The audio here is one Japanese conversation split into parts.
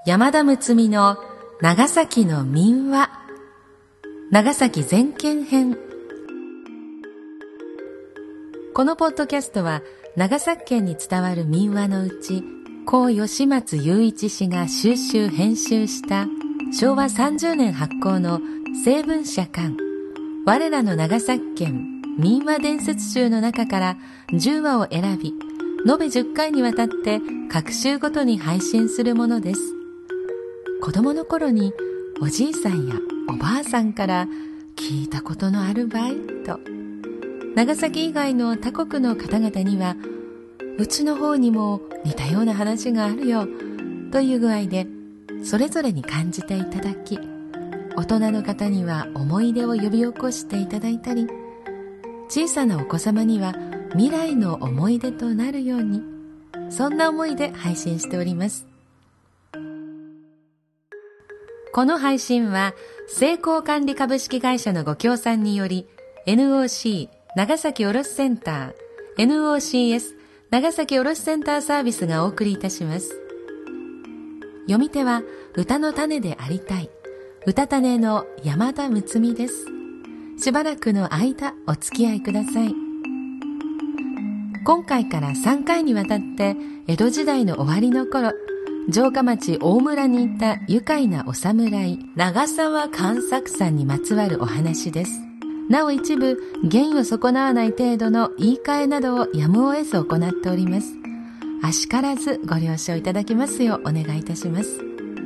山田睦美の長崎の民話、長崎全県編。このポッドキャストは長崎県に伝わる民話のうち、高吉松雄一氏が収集編集した昭和30年発行の成文社刊我らの長崎県民話伝説集の中から10話を選び、延べ10回にわたって各週ごとに配信するものです。子供の頃におじいさんやおばあさんから聞いたことのあるばいと、長崎以外の他国の方々にはうちの方にも似たような話があるよという具合でそれぞれに感じていただき、大人の方には思い出を呼び起こしていただいたり、小さなお子様には未来の思い出となるように、そんな思いで配信しております。この配信は成功管理株式会社のご協賛により NOC 長崎卸センター NOCS 長崎卸センターサービスがお送りいたします。読み手は歌の種でありたい歌種の山田睦美です。しばらくの間お付き合いください。今回から3回にわたって江戸時代の終わりの頃、城下町大村にいた愉快なお侍長澤勘作さんにまつわるお話です。なお一部言を損なわない程度の言い換えなどをやむを得ず行っております。あしからずご了承いただきますようお願いいたします。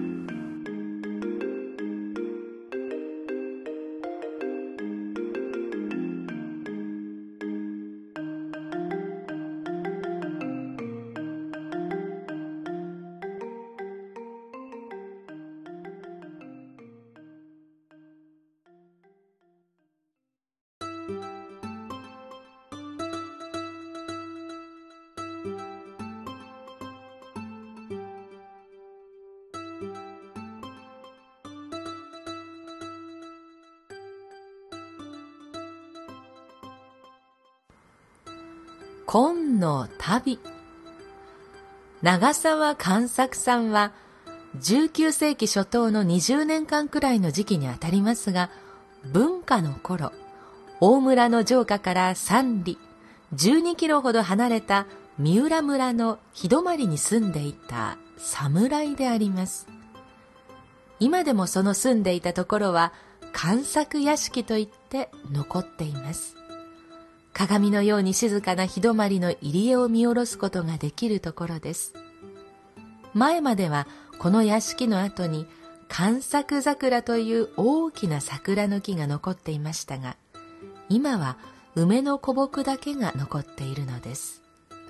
今の旅。長澤勘作さんは19世紀初頭の20年間くらいの時期にあたりますが、文化の頃、大村の城下から3里12キロほど離れた三浦村の日泊に住んでいた侍であります。今でもその住んでいたところは勘作屋敷といって残っています。鏡のように静かな日泊の入り江を見下ろすことができるところです。前まではこの屋敷の後に勘作桜という大きな桜の木が残っていましたが、今は梅の古木だけが残っているのです。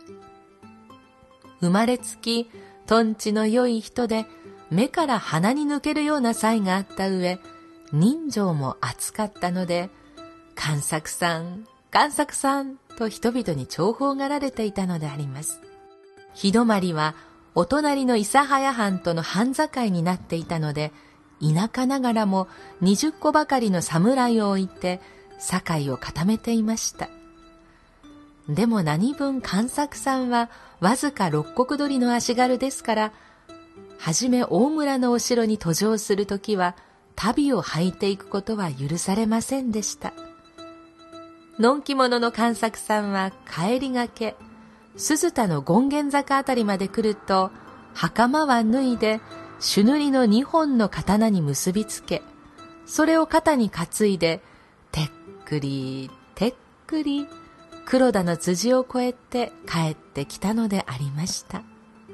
生まれつきとんちの良い人で、目から鼻に抜けるような才があった上、人情も厚かったので、勘作さん勘作さんと人々に重宝がられていたのであります。日泊はお隣の諫早藩との藩境になっていたので、田舎ながらも20個ばかりの侍を置いて境を固めていました。でも何分勘作さんはわずか6石取りの足軽ですから、はじめ大村のお城に途上するときは足袋を履いていくことは許されませんでした。のんき者の勘作さんは帰りがけ、鈴田の権現坂あたりまで来ると、袴は脱いで朱塗りの2本の刀に結びつけ、それを肩に担いで、てっくりてっくり黒田の辻を越えて帰ってきたのでありました。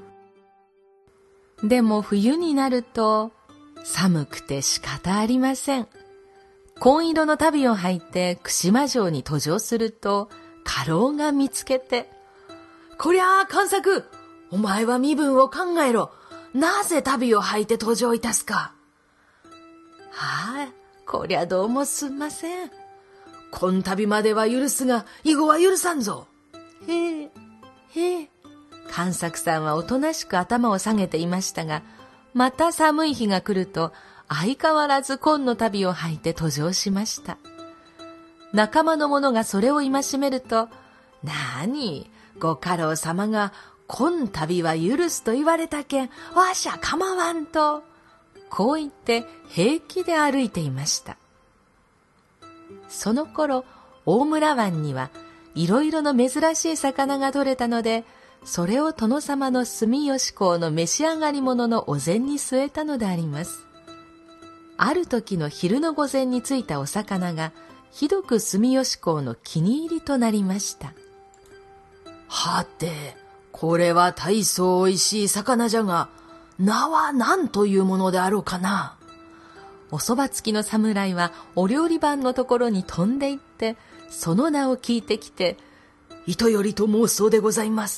でも冬になると寒くて仕方ありません。紺色の足袋を履いて串間城に途上すると、家老が見つけて、こりゃあ勘作、お前は身分を考えろ。なぜ足袋を履いて途上いたすか。はい、こりゃどうもすんません。こん旅までは許すが、以後は許さんぞ。へえ、へえ。勘作さんはおとなしく頭を下げていましたが、また寒い日が来ると、相変わらず紺の足袋を履いて途上しました。仲間の者がそれを戒めると、なに、ご家老様がこん度は許すと言われたけん、わしゃ構わんと、こう言って平気で歩いていました。その頃、大村湾にはいろいろの珍しい魚が取れたので、それを殿様の住吉公の召し上がり物のお膳に据えたのであります。ある時の昼の御膳についたお魚が、ひどく住吉公の気に入りとなりました。はて、これは大層おいしい魚じゃが、名は何というものであろうかな。おそば付きの侍はお料理番のところに飛んで行って、その名を聞いてきて、糸よりと申そうでございます。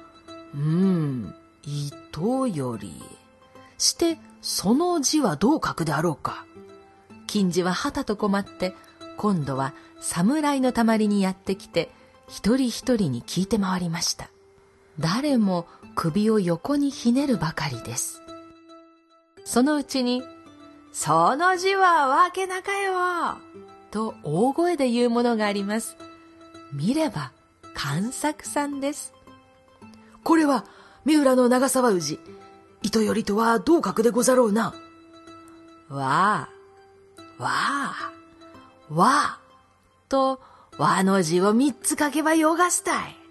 糸より。して、その字はどう書くであろうか。金次ははたと困って、今度は侍のたまりにやってきて、一人一人に聞いて回りました。誰も首を横にひねるばかりです。そのうちに、その字はわけなかよと大声で言うものがあります。見れば勘作さんです。これは三浦の長沢氏、糸よりとはどう書くでござろうな。わと和の字を三つ書けばよがすたい。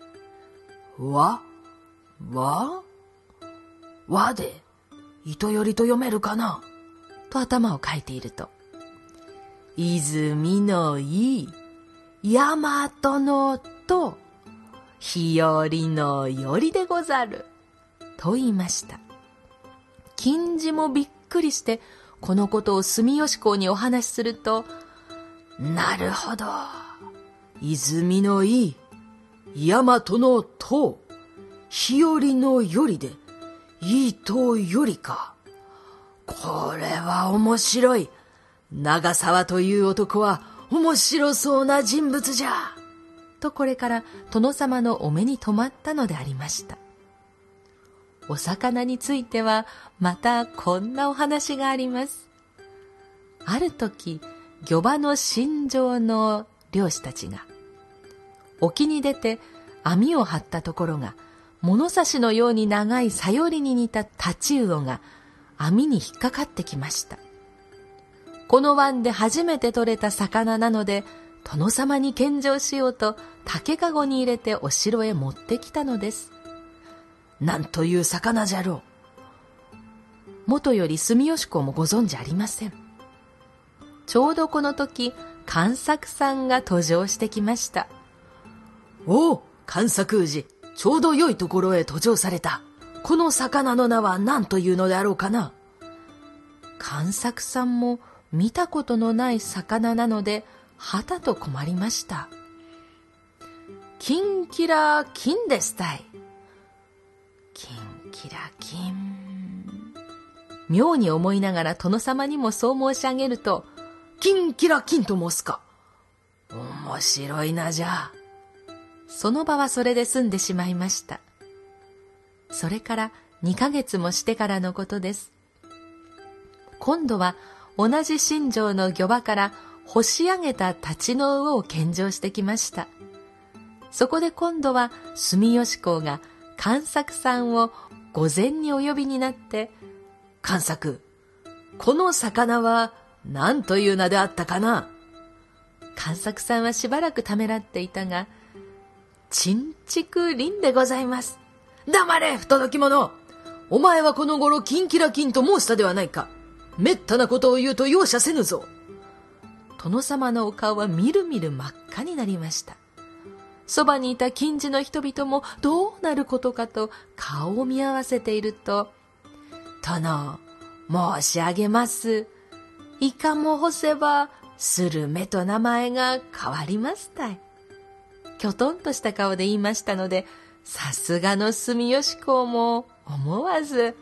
和で糸よりと読めるかなと頭をかいていると、泉のい、大和のと、日和のよりでござると言いました。金次もびっくりして、このことを住吉公にお話しすると、なるほど、泉のい、大和のと、日和のよりで、いいとよりか。これは面白い。長沢という男は面白そうな人物じゃ。とこれから殿様のお目に留まったのでありました。お魚についてはまたこんなお話があります。ある時、漁場の新庄の漁師たちが沖に出て網を張ったところが、物差しのように長いさよりに似たタチウオが網に引っかかってきました。この湾で初めて取れた魚なので、殿様に献上しようと竹かごに入れてお城へ持ってきたのです。なんという魚じゃろう。元より住吉公もご存じありません。ちょうどこの時、勘作さんが登場してきました。おお、勘作氏、ちょうど良いところへ登場された。この魚の名は何というのであろうかな。勘作さんも見たことのない魚なので、はたと困りました。キンキラキンですたい。キンキラキン。妙に思いながら殿様にもそう申し上げると、キンキラキンと申すか。面白いなじゃ。その場はそれで済んでしまいました。それから2ヶ月もしてからのことです。今度は同じ新庄の漁場から干し上げた立ちの魚を献上してきました。そこで今度は住吉公が勘作さんを御前にお呼びになって、勘作、この魚は何という名であったかな。勘作さんはしばらくためらっていたが、ちんちくりんでございます。黙れ、不届き者。お前はこの頃キンキラキンと申したではないか。めったなことを言うと容赦せぬぞ。殿様のお顔はみるみる真っ赤になりました。そばにいた近所の人々もどうなることかと顔を見合わせていると、殿、申し上げます。イカも干せばスルメと名前が変わりますたい。きょとんとした顔で言いましたので、さすがの住吉公も思わず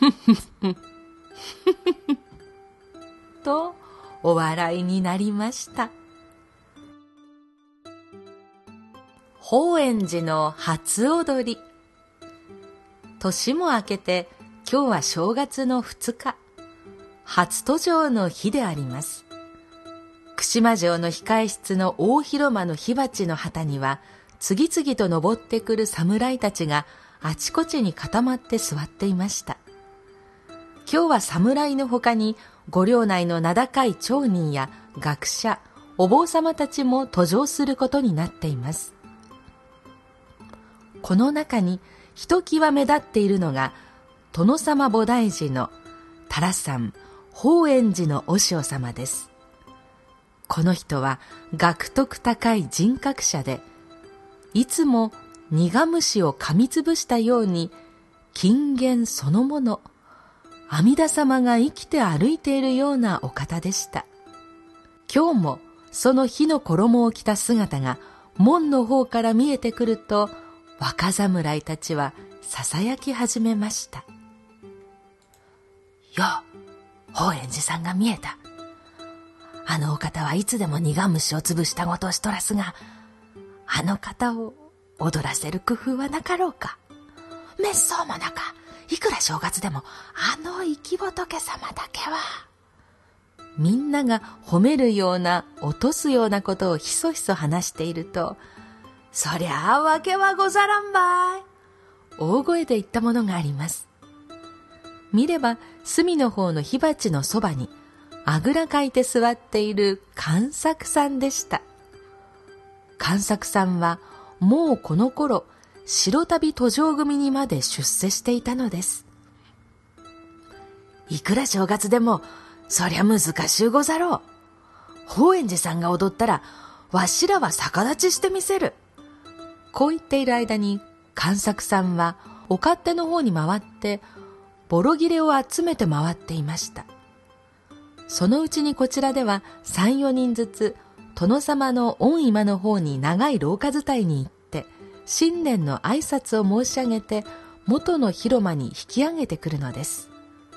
とお笑いになりました。法円寺の初踊り。年も明けて今日は正月の2日、初登場の日であります。串間城の控室の大広間の火鉢の旗には、次々と登ってくる侍たちがあちこちに固まって座っていました。今日は侍の他にご領内の名高い町人や学者、お坊様たちも登場することになっています。この中にひときわ目立っているのが殿様菩提寺の多良山法円寺の和尚様です。この人は学徳高い人格者で、いつも苦虫を噛みつぶしたように金言そのもの、阿弥陀様が生きて歩いているようなお方でした。今日もその火の衣を着た姿が門の方から見えてくると、若侍たちはささやき始めました。よ、法円寺さんが見えた。あのお方はいつでも苦虫を潰したごとしとらすが、あの方を踊らせる工夫はなかろうか。めっそうもなか。いくら正月でもあの生き仏様だけは。みんなが褒めるような落とすようなことをひそひそ話していると、そりゃあわけはござらんばい、大声で言ったものがあります。見れば隅の方の火鉢のそばにあぐらかいて座っている勘作さんでした。勘作さんはもうこの頃白旅途上組にまで出世していたのです。いくら正月でもそりゃ難しゅうござろう。法円寺さんが踊ったらわしらは逆立ちしてみせる。こう言っている間に勘作さんはお勝手の方に回ってボロ切れを集めて回っていました。そのうちにこちらでは 3,4 人ずつ殿様の御居間の方に長い廊下伝いに行って新年の挨拶を申し上げて元の広間に引き上げてくるのです。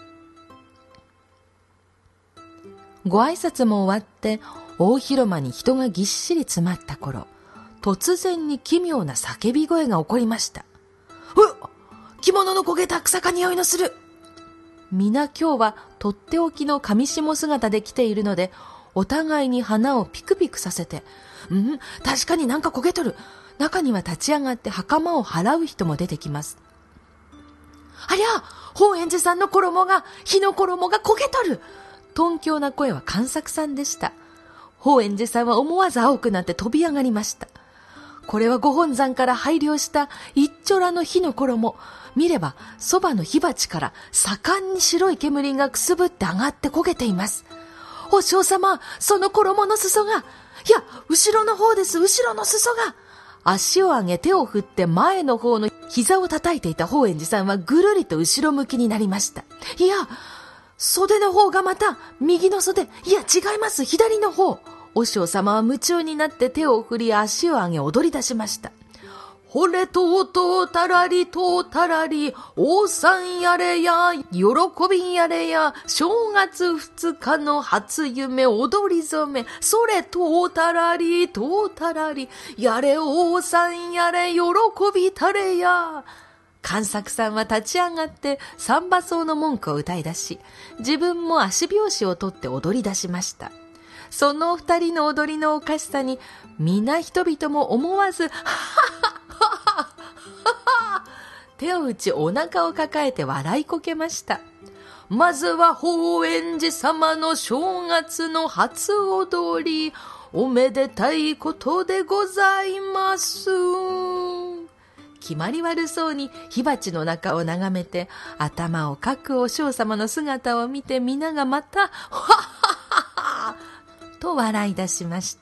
ご挨拶も終わって大広間に人がぎっしり詰まった頃、突然に奇妙な叫び声が起こりました。着物の焦げた草か匂いのする。皆今日はとっておきの上下姿で来ているので、お互いに鼻をピクピクさせて、確かになんか焦げとる。中には立ち上がって袴を払う人も出てきます。ありゃ、法円寺さんの衣が、火の衣が焦げとる。頓狂な声は勘作さんでした。法円寺さんは思わず青くなって飛び上がりました。これはご本山から拝領した一丁羅の火の衣。見ればそばの火鉢から盛んに白い煙がくすぶって上がって焦げています。お嬢様、その衣の裾が、いや、後ろの方です、後ろの裾が。足を上げ手を振って前の方の膝を叩いていた法円寺さんはぐるりと後ろ向きになりました。いや、袖の方がまた、右の袖、いや違います、左の方。和尚様は夢中になって手を振り足を上げ踊り出しました。ほれとうとうたらりとうたらり、王さんやれや、喜びやれや、正月2日の初夢踊り初め、それとうたらりとうたらり、やれ王さんやれ喜びたれや。勘作さんは立ち上がって三馬奏の文句を歌い出し、自分も足拍子を取って踊り出しました。その二人の踊りのおかしさに、皆人々も思わず、はははは手を打ちお腹を抱えて笑いこけました。まずは法円寺様の正月の初踊り、おめでたいことでございます。決まり悪そうに火鉢の中を眺めて頭をかくお嬢様の姿を見て、皆がまたはっはっはと笑い出しました。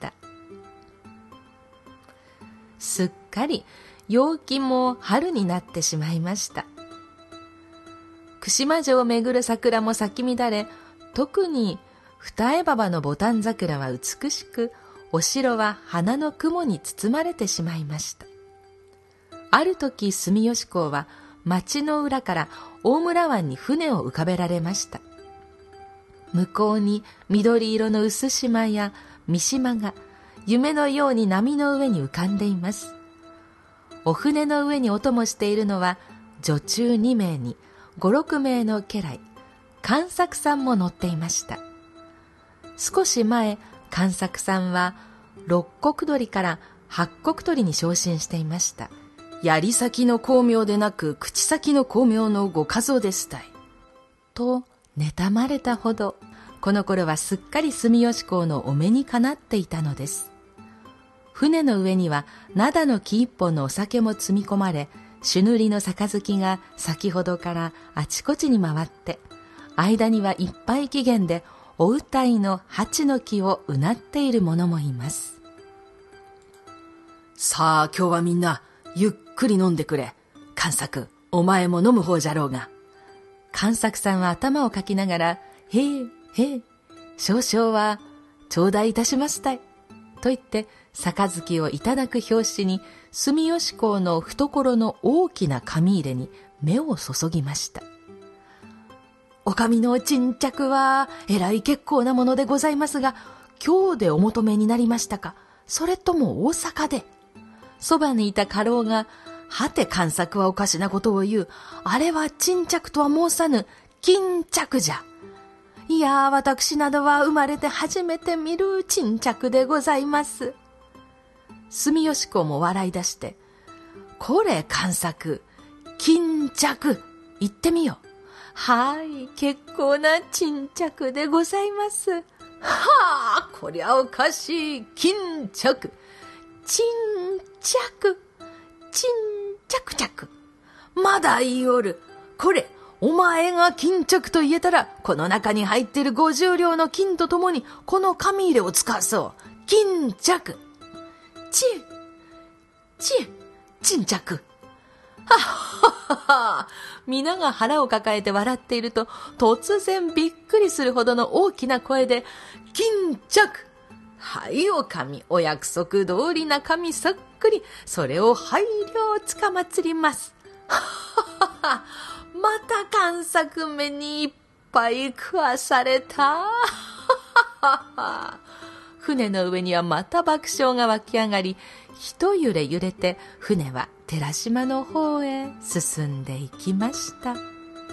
すっかり陽気も春になってしまいました。串間城をめぐる桜も咲き乱れ、特に二重馬場の牡丹桜は美しく、お城は花の雲に包まれてしまいました。ある時住吉公は町の裏から大村湾に船を浮かべられました。向こうに緑色の薄島や三島が夢のように波の上に浮かんでいます。お船の上にお供しているのは女中2名に5、6名の家来、勘作さんも乗っていました。少し前、勘作さんは六国鳥から八国鳥に昇進していました。 槍先の光明でなく口先の光明のご家蔵ですたい。と妬まれたほど、この頃はすっかり住吉公のお目にかなっていたのです。船の上には灘の木一本のお酒も積み込まれ、朱塗りの杯が先ほどからあちこちに回って、間にはいっぱい起源でお歌いの鉢の木をうなっている者もいます。さあ今日はみんなゆっくり飲んでくれ。勘作、お前も飲む方じゃろうが。勘作さんは頭をかきながら、へえへえ、少々は頂戴いたしましたい。と言って杯をいただく拍子に住吉公の懐の大きな紙入れに目を注ぎました。お上の沈着はえらい結構なものでございますが、今日でお求めになりましたか、それとも大阪で。そばにいた家老が、はて勘作はおかしなことを言う。あれは沈着とは申さぬ巾着じゃ。いや私などは生まれて初めて見る沈着でございます。住吉公も笑い出して、これ勘作、巾着言ってみよ。はい、結構な沈着でございます。はあ、こりゃおかしい。巾着、沈着、沈着着。まだ言いおる。これ、お前が巾着と言えたら、この中に入っている50両の金とともに、この紙入れを使わそう。巾着。沈着。はっはっは。皆が腹を抱えて笑っていると、突然びっくりするほどの大きな声で、巾着。はい、お上、お約束通りな神そっくり、それを配慮つかまつります。はっはっは。また勘作目にいっぱい食わされた。船の上にはまた爆笑が湧き上がり、一揺れ揺れて船は寺島の方へ進んでいきました。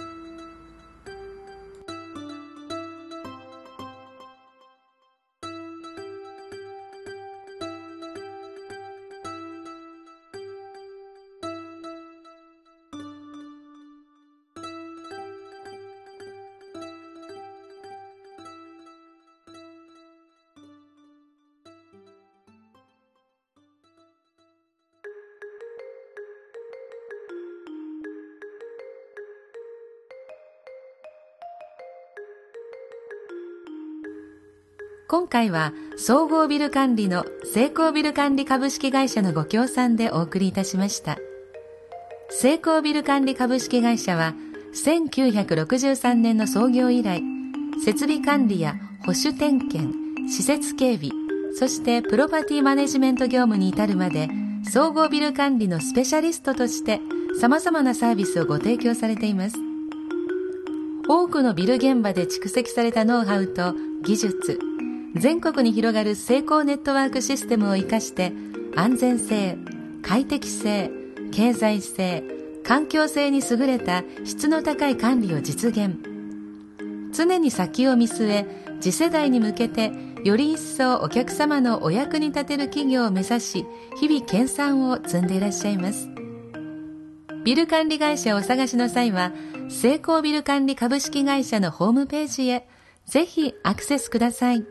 今回は総合ビル管理の成功ビル管理株式会社のご協賛でお送りいたしました。成功ビル管理株式会社は1963年の創業以来、設備管理や保守点検、施設警備、そしてプロパティマネジメント業務に至るまで、総合ビル管理のスペシャリストとして様々なサービスをご提供されています。多くのビル現場で蓄積されたノウハウと技術、全国に広がる成功ネットワークシステムを生かして、安全性、快適性、経済性、環境性に優れた質の高い管理を実現。常に先を見据え、次世代に向けてより一層お客様のお役に立てる企業を目指し、日々研鑽を積んでいらっしゃいます。ビル管理会社をお探しの際は、成功ビル管理株式会社のホームページへぜひアクセスください。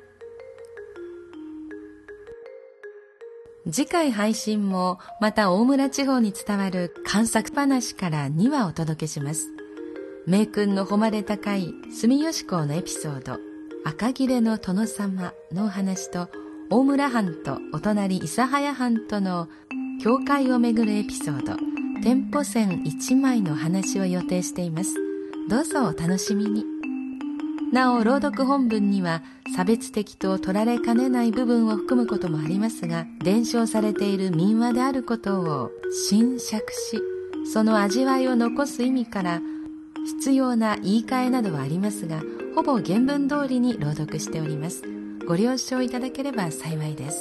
次回配信もまた大村地方に伝わる観作話から2話お届けします。名君の誉れ高い住吉公のエピソード、赤切れの殿様のお話と、大村藩とお隣諫早藩との境界をめぐるエピソード、店舗線1枚の話を予定しています。どうぞお楽しみに。なお、朗読本文には差別的と取られかねない部分を含むこともありますが、伝承されている民話であることを斟酌し、その味わいを残す意味から必要な言い換えなどはありますが、ほぼ原文通りに朗読しております。ご了承いただければ幸いです。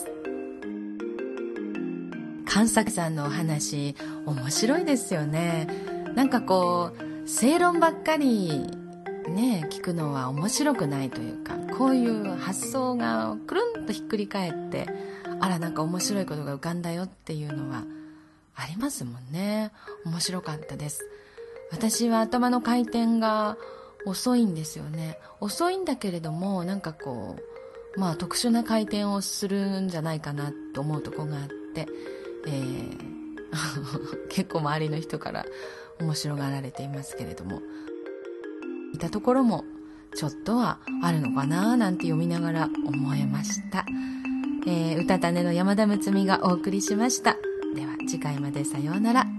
観作さんのお話面白いですよね。なんかこう正論ばっかりね聞くのは面白くないというか、こういう発想がくるんとひっくり返って、あらなんか面白いことが浮かんだよっていうのはありますもんね。面白かったです。私は頭の回転が遅いんですよね。遅いんだけれども、なんかこう、特殊な回転をするんじゃないかなと思うところがあって、結構周りの人から面白がられていますけれども、いたところもちょっとはあるのかななんて読みながら思いました。うたたねの山田睦美がお送りしました。では次回までさようなら。